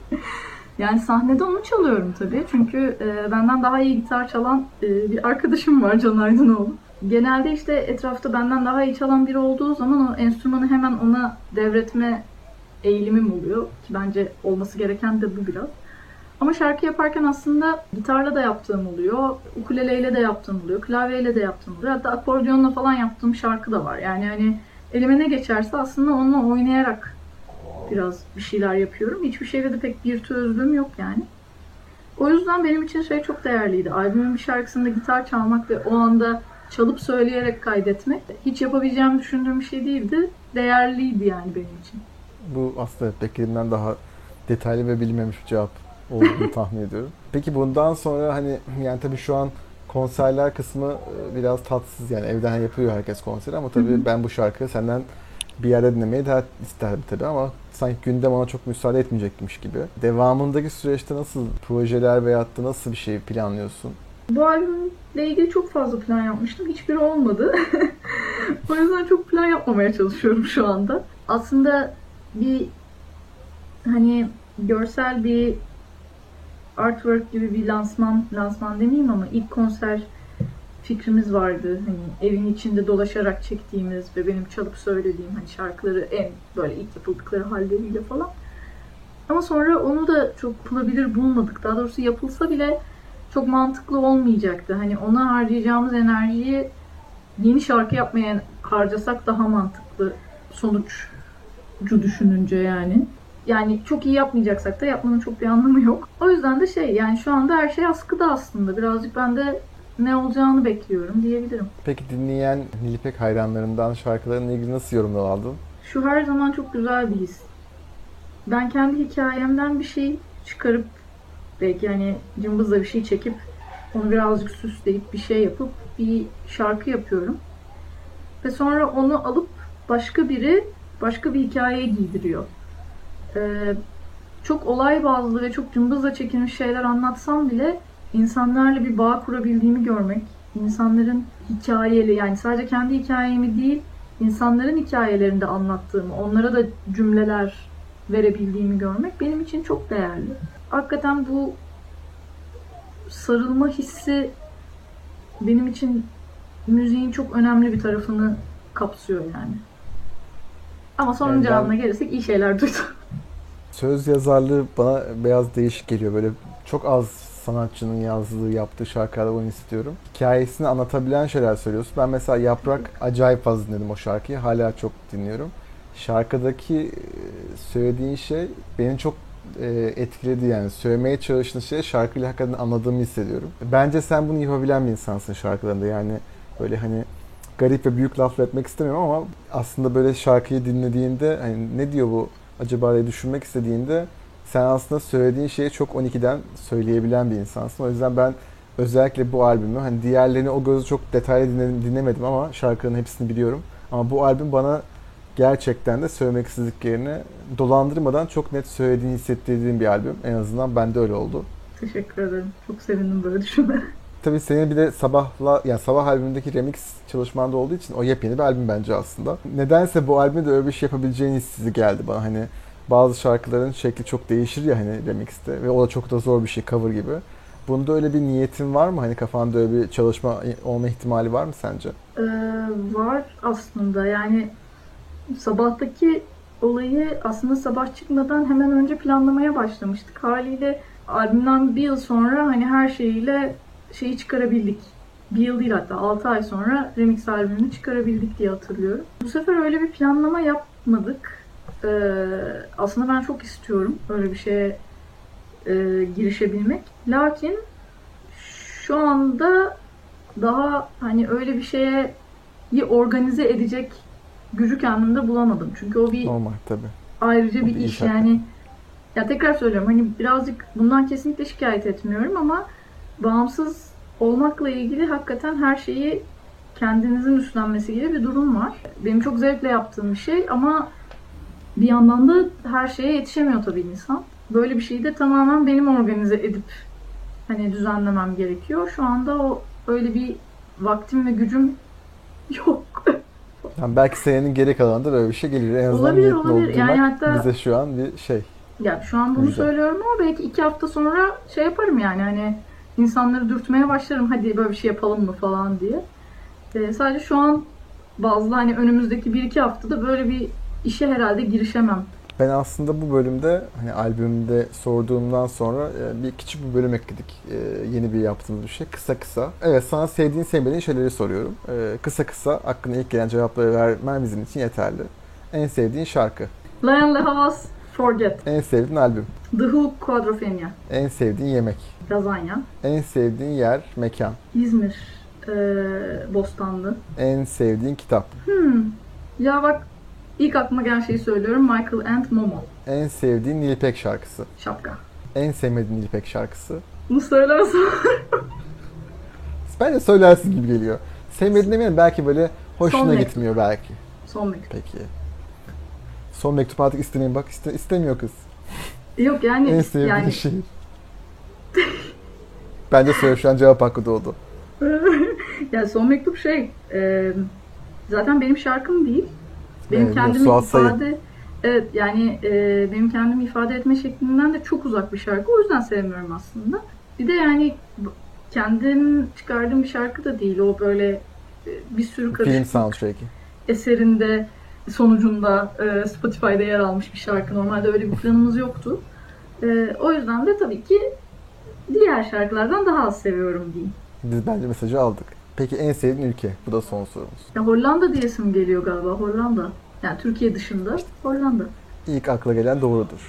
Yani sahnede onu çalıyorum tabii. Çünkü benden daha iyi gitar çalan bir arkadaşım var, Can Aydınoğlu. Genelde işte etrafta benden daha iyi çalan biri olduğu zaman o enstrümanı hemen ona devretme eğilimim oluyor. Ki bence olması gereken de bu biraz. Ama şarkı yaparken aslında gitarla da yaptığım oluyor, ukuleleyle de yaptığım oluyor, klavyeyle de yaptığım oluyor. Hatta akordiyonla falan yaptığım şarkı da var. Yani hani elime ne geçerse aslında onunla oynayarak biraz bir şeyler yapıyorum. Hiçbir şeyde de pek virtüözlüğüm yok yani. O yüzden benim için şey çok değerliydi. Albümün bir şarkısında gitar çalmak ve o anda çalıp söyleyerek kaydetmek hiç yapabileceğimi düşündüğüm bir şey değildi. Değerliydi yani benim için. Bu aslında beklediğimden daha detaylı ve bilinmemiş bir cevap olduğunu tahmin ediyorum. Peki bundan sonra hani yani tabii şu an konserler kısmı biraz tatsız yani evden yapıyor herkes konseri ama tabii ben bu şarkıyı senden bir yerde dinlemeyi daha isterdim tabii ama sanki gündem ona çok müsaade etmeyecekmiş gibi. Devamındaki süreçte nasıl projeler veyahut da nasıl bir şey planlıyorsun? Bu albümle ilgili çok fazla plan yapmıştım. Hiçbiri olmadı. O yüzden çok plan yapmamaya çalışıyorum şu anda. Aslında bir hani görsel bir artwork gibi bir lansman demeyeyim ama ilk konser fikrimiz vardı. Hani evin içinde dolaşarak çektiğimiz ve benim çalıp söylediğim hani şarkıları en böyle ilk yapıldıkları halleriyle falan. Ama sonra onu da çok yapılabilir bulmadık. Daha doğrusu yapılsa bile çok mantıklı olmayacaktı. Hani ona harcayacağımız enerjiyi yeni şarkı yapmaya harcasak daha mantıklı sonucu düşününce yani. Yani çok iyi yapmayacaksak da yapmanın çok bir anlamı yok. O yüzden de yani şu anda her şey askıda aslında. Birazcık ben de ne olacağını bekliyorum diyebilirim. Peki dinleyen Nilipek hayranlarından şarkılarınla ilgili nasıl yorumlar aldın? Şu her zaman çok güzel bir his. Ben kendi hikayemden bir şey çıkarıp belki hani cımbızla bir şey çekip onu birazcık süsleyip bir şey yapıp bir şarkı yapıyorum. Ve sonra onu alıp başka biri başka bir hikayeye giydiriyor. Çok olay bazlı ve çok cımbızla çekilmiş şeyler anlatsam bile insanlarla bir bağ kurabildiğimi görmek, insanların hikayeli yani sadece kendi hikayemi değil, insanların hikayelerini de anlattığımı, onlara da cümleler verebildiğimi görmek benim için çok değerli. Hakikaten bu sarılma hissi benim için müziğin çok önemli bir tarafını kapsıyor yani. Ama sonun Yani cevabına gelirsek iyi şeyler duydum. Söz yazarlığı bana biraz değişik geliyor. Böyle çok az sanatçının yazdığı, yaptığı şarkılarda bunu istiyorum. Hikayesini anlatabilen şeyler söylüyorsun. Ben mesela Yaprak acayip fazla dinledim o şarkıyı. Hala çok dinliyorum. Şarkıdaki söylediğin şey beni çok etkiledi yani. Söylemeye çalıştığın şey şarkıyla hakikaten anladığımı hissediyorum. Bence sen bunu yapabilen bir insansın şarkılarında. Yani böyle hani garip ve büyük laflar etmek istemiyorum ama aslında böyle şarkıyı dinlediğinde hani ne diyor bu acaba diye düşünmek istediğinde sen aslında söylediğin şeyi çok 12'den söyleyebilen bir insansın. O yüzden ben özellikle bu albümü hani diğerlerini o gözü çok detaylı dinlemedim ama şarkının hepsini biliyorum. Ama bu albüm bana gerçekten de söylemek istediklerini dolandırmadan çok net söylediğini hissettirdiğim bir albüm. En azından bende öyle oldu. Teşekkür ederim. Çok sevindim böyle düşünmene. Tabii senin bir de Sabah albümündeki remix çalışmanda olduğu için o yepyeni bir albüm bence aslında. Nedense bu albümde de öyle bir şey yapabileceğin hissi geldi bana. Hani bazı şarkıların şekli çok değişir ya hani remixte ve o da çok da zor bir şey cover gibi. Bunda öyle bir niyetin var mı? Hani kafanda öyle bir çalışma olma ihtimali var mı sence? Var aslında yani sabahtaki olayı aslında sabah çıkmadan hemen önce planlamaya başlamıştık. Haliyle albümden bir yıl sonra hani her şeyiyle şeyi çıkarabildik. Bir yıl değil hatta 6 ay sonra remix albümünü çıkarabildik diye hatırlıyorum. Bu sefer öyle bir planlama yapmadık. Aslında ben çok istiyorum öyle bir şeye girişebilmek. Lakin şu anda daha hani öyle bir şeye organize edecek gücü kendimde bulamadım. Çünkü o bir Normal tabii. ayrıca O bir bir iş iş yani. Ya tekrar söylüyorum hani birazcık bundan kesinlikle şikayet etmiyorum ama bağımsız olmakla ilgili hakikaten her şeyi kendinizin üstlenmesi gibi bir durum var. Benim çok zevkle yaptığım bir şey ama bir yandan da her şeye yetişemiyor tabii insan. Böyle bir şeyi de tamamen benim organize edip hani düzenlemem gerekiyor. Şu anda o öyle bir vaktim ve gücüm yok. Yani belki senenin geri kalanında böyle bir şey gelir. En azından Olabilir, niyetli olabilir. olduğu Yani hatta bize şu an bir şey. ya şu an bunu Güzel. söylüyorum ama belki 2 hafta sonra şey yaparım yani hani insanları dürtmeye başlarım hadi böyle bir şey yapalım mı falan diye. Sadece şu an bazı hani önümüzdeki 1-2 haftada böyle bir işe herhalde girişemem. Ben aslında bu bölümde hani albümde sorduğumdan sonra bir küçük bir bölüm ekledik. Yeni bir yaptığımız bir şey. Kısa kısa. Evet, sana sevdiğin sevmediğin şeyleri soruyorum. Kısa kısa aklına ilk gelen cevapları vermen bizim için yeterli. En sevdiğin şarkı. Lion Le Havas, Forget. En sevdiğin albüm. The Who, Quadrophenia. En sevdiğin yemek. Lazanya. En sevdiğin yer, mekan. İzmir. Bostanlı. En sevdiğin kitap. Ya bak ilk aklıma gelen şeyi söylüyorum. Michael and Momo. En sevdiğin Nilpek şarkısı. Şapka. En sevmediğin Nilpek şarkısı. Bunu söylersem Bence söylersin gibi geliyor. Sevmediğin demeyelim, belki böyle hoşuna Son mektup. gitmiyor belki. son mektup. Peki. Son mektup artık istemeyin, bak istemiyor kız. Yok yani En sevdiğin yani şehir. Bence söyle, şu an cevap hakkı doğdu. yani son mektup zaten benim şarkım değil. Benim Evet, kendimi Suat Sayın. ifade evet yani benim kendimi ifade etme şeklinden de çok uzak bir şarkı. O yüzden sevmiyorum aslında. Bir de yani kendim çıkardığım bir şarkı da değil. O böyle bir sürü Film karışık soundtrack'i. eserinde sonucunda Spotify'da yer almış bir şarkı. Normalde öyle bir planımız yoktu. O yüzden de tabii ki diğer şarkılardan daha az seviyorum diyeyim. Biz bence mesajı aldık. Peki en sevdiğin ülke? Bu da son sorumuz. Ya Hollanda diyesim geliyor galiba. Hollanda. Yani Türkiye dışında Hollanda. İlk akla gelen doğrudur.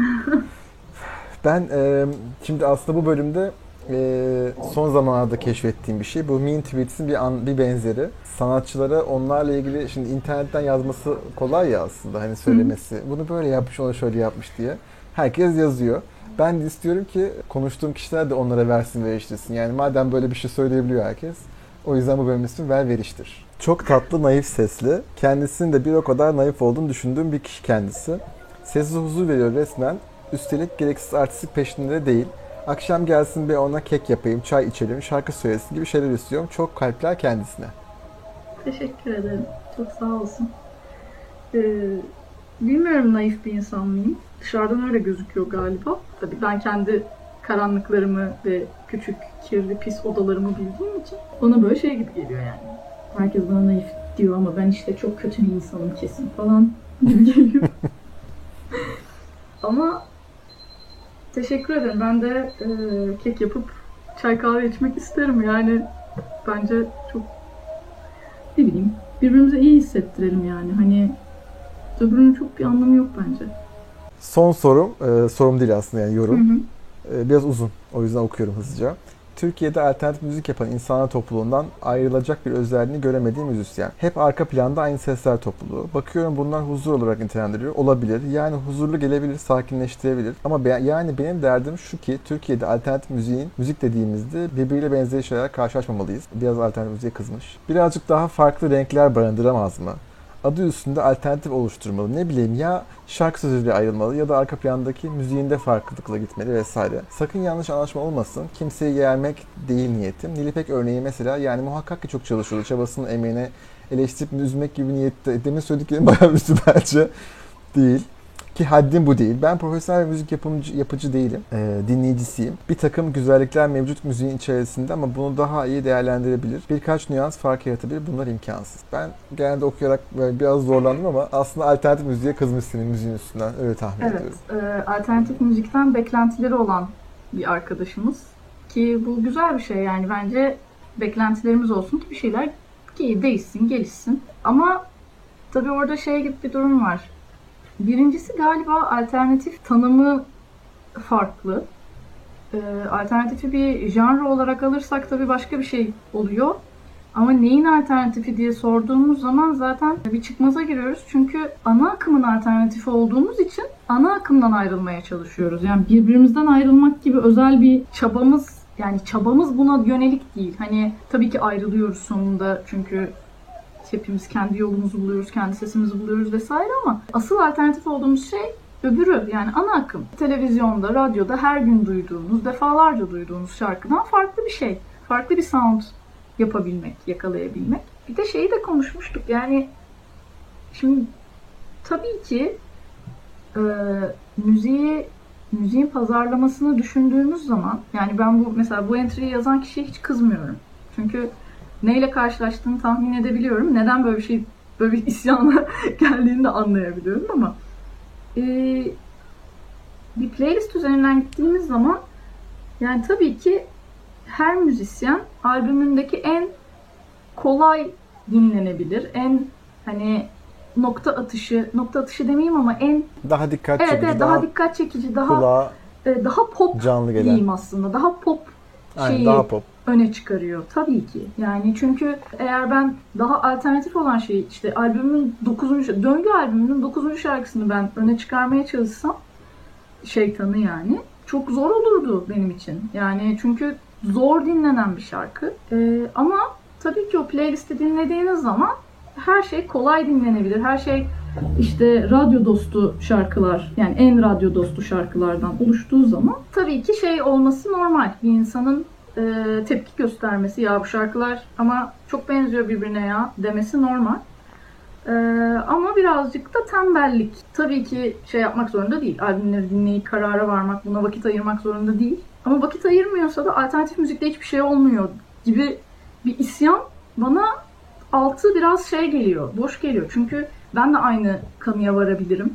Ben şimdi aslında bu bölümde son zamanlarda keşfettiğim bir şey. Bu Mean Tweets'in bir benzeri. Sanatçılara onlarla ilgili, şimdi internetten yazması kolay ya aslında, hani söylemesi. Bunu böyle yapmış, onu şöyle yapmış diye. Herkes yazıyor. Ben de istiyorum ki konuştuğum kişiler de onlara versin ve eriştirsin. Yani madem böyle bir şey söyleyebiliyor herkes. O yüzden bu bölümün ismi Ver Veriştir. Çok tatlı, naif sesli. Kendisinin de bir o kadar naif olduğunu düşündüğüm bir kişi kendisi. Sesi huzur veriyor resmen. Üstelik gereksiz artistik peşinde de değil. Akşam gelsin bir ona kek yapayım, çay içelim, şarkı söylesin gibi şeyler istiyorum. Çok kalpler kendisine. Teşekkür ederim. Çok sağ olsun. Bilmiyorum naif bir insan mıyım? Dışarıdan öyle gözüküyor galiba. Tabii ben kendi karanlıklarımı ve küçük, kirli, pis odalarımı bildiğim için bana böyle şey gibi geliyor yani. Herkes bana naif diyor ama ben işte çok kötü bir insanım kesin falan gibi geliyor. Ama teşekkür ederim. Ben de kek yapıp çay kahve içmek isterim. Yani bence çok ne bileyim birbirimize iyi hissettirelim yani. Hani öbürünün çok bir anlamı yok bence. Son sorum, sorum değil aslında, yani yorum. Hı hı. Biraz uzun, o yüzden okuyorum hızlıca. Türkiye'de alternatif müzik yapan insanlar topluluğundan ayrılacak bir özelliğini göremediğim müzisyen. Hep arka planda aynı sesler topluluğu. Bakıyorum bunlar huzur olarak nitelendiriyor. Olabilir. Yani huzurlu gelebilir, sakinleştirebilir. Ama yani benim derdim şu ki Türkiye'de alternatif müzik dediğimizde birbiriyle benzeri şeyler karşılaşmamalıyız. Biraz alternatif müziğe kızmış. Birazcık daha farklı renkler barındıramaz mı? Adı üstünde alternatif oluşturmalı. Ne bileyim ya, şarkı sözüyle ayrılmalı ya da arka plandaki müziğinde farklılıkla gitmeli vesaire. Sakın yanlış anlaşma olmasın. Kimseyi yermek değil niyetim. Nilipek örneği mesela, yani muhakkak ki çok çalışıyordu. Çabasının emeğine eleştirip üzmek gibi niyette. Demin söylediklerim bayağı üstü bence. Değil. Ki haddim bu değil. Ben profesyonel bir müzik yapıcı değilim. Dinleyicisiyim. Bir takım güzellikler mevcut müziğin içerisinde ama bunu daha iyi değerlendirebilir. Birkaç nüans fark yaratabilir. Bunlar imkansız. Ben genelde okuyarak böyle biraz zorlandım ama aslında alternatif müziğe kızmış senin müziğin üstünden. Öyle tahmin ediyorum. Alternatif müzikten beklentileri olan bir arkadaşımız. Ki bu güzel bir şey yani. Bence beklentilerimiz olsun ki bir şeyler değişsin, gelişsin. Ama tabii orada şey gibi bir durum var. Birincisi galiba alternatif tanımı farklı. Alternatifi bir janr olarak alırsak tabii başka bir şey oluyor. Ama neyin alternatifi diye sorduğumuz zaman zaten bir çıkmaza giriyoruz. Çünkü ana akımın alternatifi olduğumuz için ana akımdan ayrılmaya çalışıyoruz. Yani birbirimizden ayrılmak gibi özel bir çabamız, yani çabamız buna yönelik değil. Hani tabii ki ayrılıyoruz sonunda çünkü hepimiz kendi yolumuzu buluyoruz, kendi sesimizi buluyoruz vesaire ama asıl alternatif olduğumuz şey öbürü, yani ana akım. Televizyonda, radyoda her gün duyduğunuz, defalarca duyduğunuz şarkıdan farklı bir şey. Farklı bir sound yapabilmek, yakalayabilmek. Bir de şeyi de konuşmuştuk, yani şimdi tabii ki müziğin pazarlamasını düşündüğümüz zaman, yani ben mesela bu entry'yi yazan kişiye hiç kızmıyorum. Çünkü neyle karşılaştığını tahmin edebiliyorum. Neden böyle bir isyana geldiğini de anlayabiliyorum ama bir playlist üzerinden gittiğimiz zaman yani tabii ki her müzisyen albümündeki en kolay dinlenebilir, en hani nokta atışı demeyeyim ama en Daha dikkat çekici, evet, daha dikkat çekici, kulağa daha pop canlı gelen. diyeyim aslında. Daha pop şeyi daha pop öne çıkarıyor tabii ki. Yani çünkü eğer ben daha alternatif olan şeyi, işte albümün 9. Döngü albümünün 9. şarkısını ben öne çıkarmaya çalışsam, Şeytanı yani, çok zor olurdu benim için. Yani çünkü zor dinlenen bir şarkı. Ama tabii ki o playlisti dinlediğiniz zaman her şey kolay dinlenebilir. Her şey işte radyo dostu şarkılar, yani en radyo dostu şarkılardan oluştuğu zaman tabii ki şey olması normal. Bir insanın tepki göstermesi, ya bu şarkılar ama çok benziyor birbirine ya demesi normal. Ama birazcık da tembellik. Tabii ki şey yapmak zorunda değil. Albümleri dinleyip karara varmak, buna vakit ayırmak zorunda değil. Ama vakit ayırmıyorsa da alternatif müzikte hiçbir şey olmuyor gibi bir isyan bana altı biraz şey geliyor, boş geliyor. Çünkü ben de aynı kanıya varabilirim.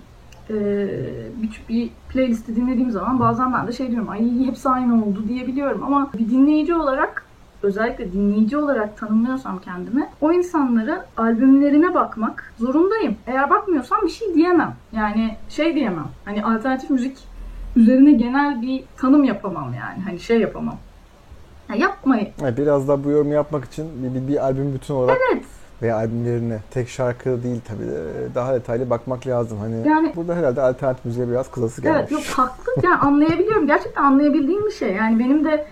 Bir playlisti dinlediğim zaman bazen ben de şey diyorum, ay hepsi aynı oldu diyebiliyorum. Ama bir dinleyici olarak, özellikle dinleyici olarak tanımlıyorsam kendimi, o insanların albümlerine bakmak zorundayım. Eğer bakmıyorsam bir şey diyemem. Yani şey diyemem. Hani alternatif müzik üzerine genel bir tanım yapamam yani. Hani şey yapamam. Ya yapmayın. Biraz daha bu yorumu yapmak için bir albüm bütün olarak Evet. veya albümlerine, tek şarkı değil tabii de daha detaylı bakmak lazım. Hani yani, burada herhalde alternatif müziğe biraz kızası gelmiş. Evet, yok haklı. Yani anlayabiliyorum. Gerçekten anlayabildiğim bir şey. Yani benim de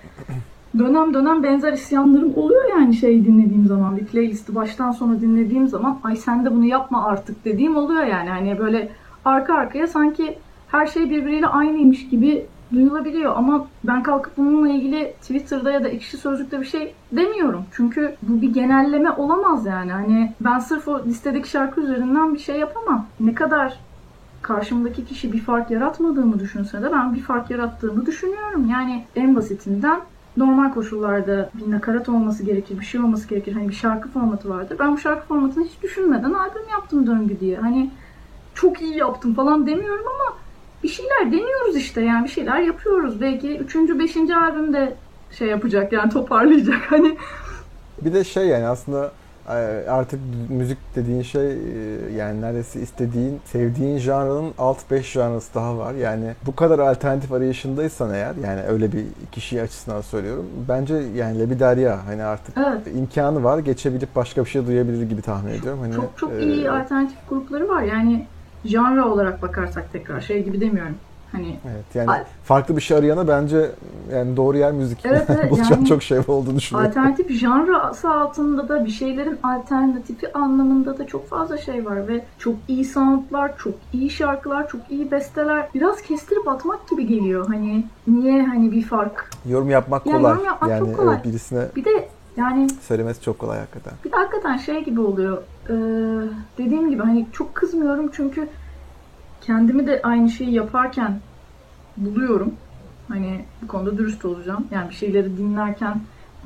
dönem benzer isyanlarım oluyor yani şey dinlediğim zaman, bir playlisti baştan sona dinlediğim zaman, ay sen de bunu yapma artık dediğim oluyor yani. Hani böyle arka arkaya sanki her şey birbiriyle aynıymış gibi duyulabiliyor ama ben kalkıp bununla ilgili Twitter'da ya da Ekşi Sözlük'te bir şey demiyorum. Çünkü bu bir genelleme olamaz yani. Hani ben sırf o listedeki şarkı üzerinden bir şey yapamam. Ne kadar karşımdaki kişi bir fark yaratmadığımı düşünse de ben bir fark yarattığımı düşünüyorum. Yani en basitinden normal koşullarda bir nakarat olması gerekir, bir şey olması gerekir. Hani bir şarkı formatı vardır. Ben bu şarkı formatını hiç düşünmeden albüm yaptım Döngü diye. Hani çok iyi yaptım falan demiyorum ama bir şeyler deniyoruz işte, yani bir şeyler yapıyoruz. Belki 3. 5. albümde şey yapacak, yani toparlayacak hani. Bir de şey, yani aslında artık müzik dediğin şey yani neredeyse istediğin, sevdiğin janrının alt 5 janrası daha var. Yani bu kadar alternatif arayışındaysan eğer, yani öyle bir kişi açısından söylüyorum. Bence yani Lebiderya hani artık imkanı var, geçebilip başka bir şey duyabilir gibi tahmin ediyorum. Hani çok iyi alternatif grupları var. Yani janra olarak bakarsak tekrar şey gibi demiyorum. Hani evet, yani farklı bir şey arayana bence yani doğru yer müzik. Evet, bu yani çok şey olduğunu düşünüyorum. Alternatif janrası altında da bir şeylerin alternatifi anlamında da çok fazla şey var ve çok iyi soundlar, çok iyi şarkılar, çok iyi besteler. Biraz kestirip atmak gibi geliyor. Hani niye hani bir fark? Yorum yapmak kolay. Yorum yapmak yani çok kolay. Evet, birisine bir de yani söylemesi çok kolay hakikaten. Bir de hakikaten şey gibi oluyor. Dediğim gibi hani çok kızmıyorum çünkü kendimi de aynı şeyi yaparken buluyorum. Hani bu konuda dürüst olacağım. Yani bir şeyleri dinlerken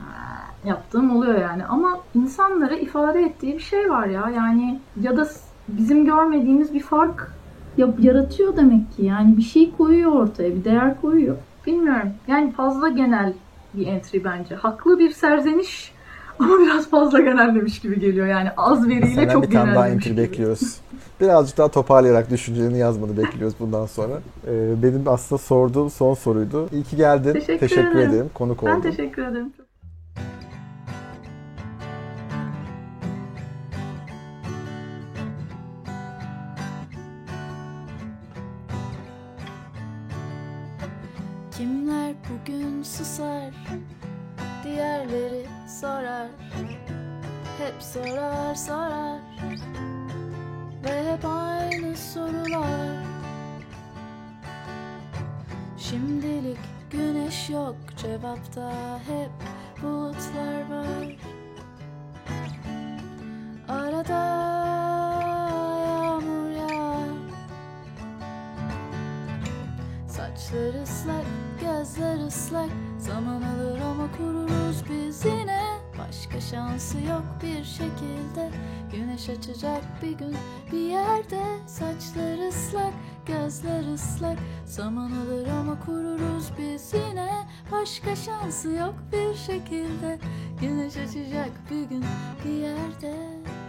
yaptığım oluyor yani. Ama insanlara ifade ettiği bir şey var ya. Yani ya da bizim görmediğimiz bir fark yaratıyor demek ki. Yani bir şey koyuyor ortaya, bir değer koyuyor. Bilmiyorum. Yani fazla genel bir entry bence. Haklı bir serzeniş ama biraz fazla genellemiş gibi geliyor. Yani az veriyle Senden çok bir tane daha genellemiş entry gibi. bekliyoruz. Birazcık daha toparlayarak düşüncelerini yazmanı bekliyoruz bundan sonra. Benim aslında sorduğum son soruydu. İyi ki geldin. Teşekkür ederim. Konuk oldun. Ben teşekkür ederim. Kimler bugün susar, diğerleri sorar. hep sorar sorar ve hep aynı sorular. Şimdilik güneş yok, cevapta hep bulutlar var. Arada yağmur yağar. Saçları ıslak, gözler ıslak. Zaman alır ama kururuz biz yine. Başka şansı yok bir şekilde. Güneş açacak bir gün bir yerde. Saçları ıslak, gözler ıslak. Zaman alır ama kururuz biz yine. Başka şansı yok bir şekilde. Güneş açacak bir gün bir yerde.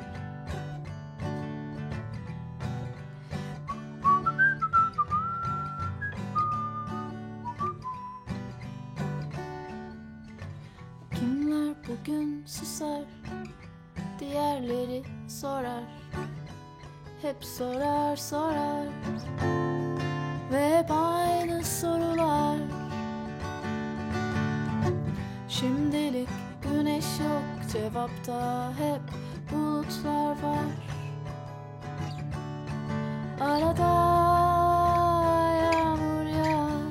Kimler bugün susar, diğerleri sorar. Hep sorar sorar ve hep aynı sorular. Şimdilik güneş yok, cevapta hep bulutlar var. Arada yağmur yağar.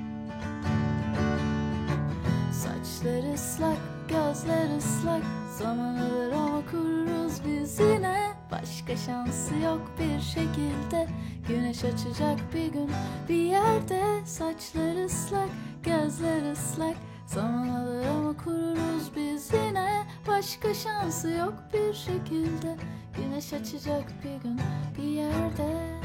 Saçları ıslak, gözler ıslak. Zaman alır ama kururuz biz yine. Başka şansı yok bir şekilde. Güneş açacak bir gün bir yerde. Saçları ıslak, gözler ıslak. Zaman alır ama kururuz biz yine. Başka şansı yok bir şekilde. Güneş açacak bir gün bir yerde.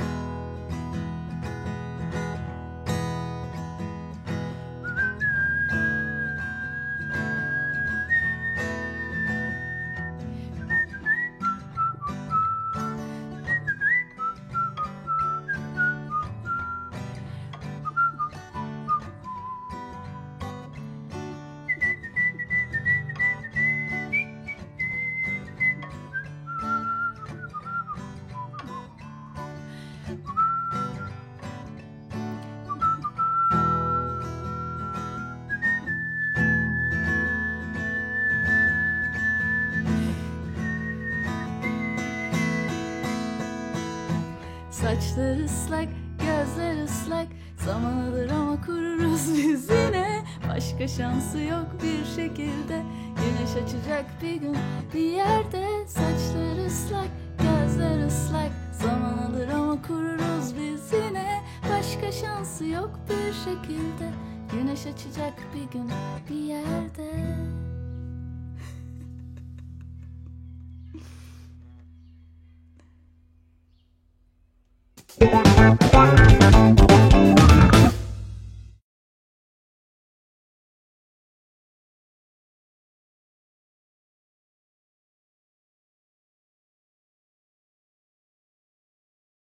Saçları ıslak, gözler ıslak. Zaman alır ama kururuz biz yine. Başka şansı yok bir şekilde. Güneş açacak bir gün bir yerde. Saçları ıslak, gözler ıslak. Zaman alır ama kururuz biz yine. Başka şansı yok bir şekilde. Güneş açacak bir gün bir yerde.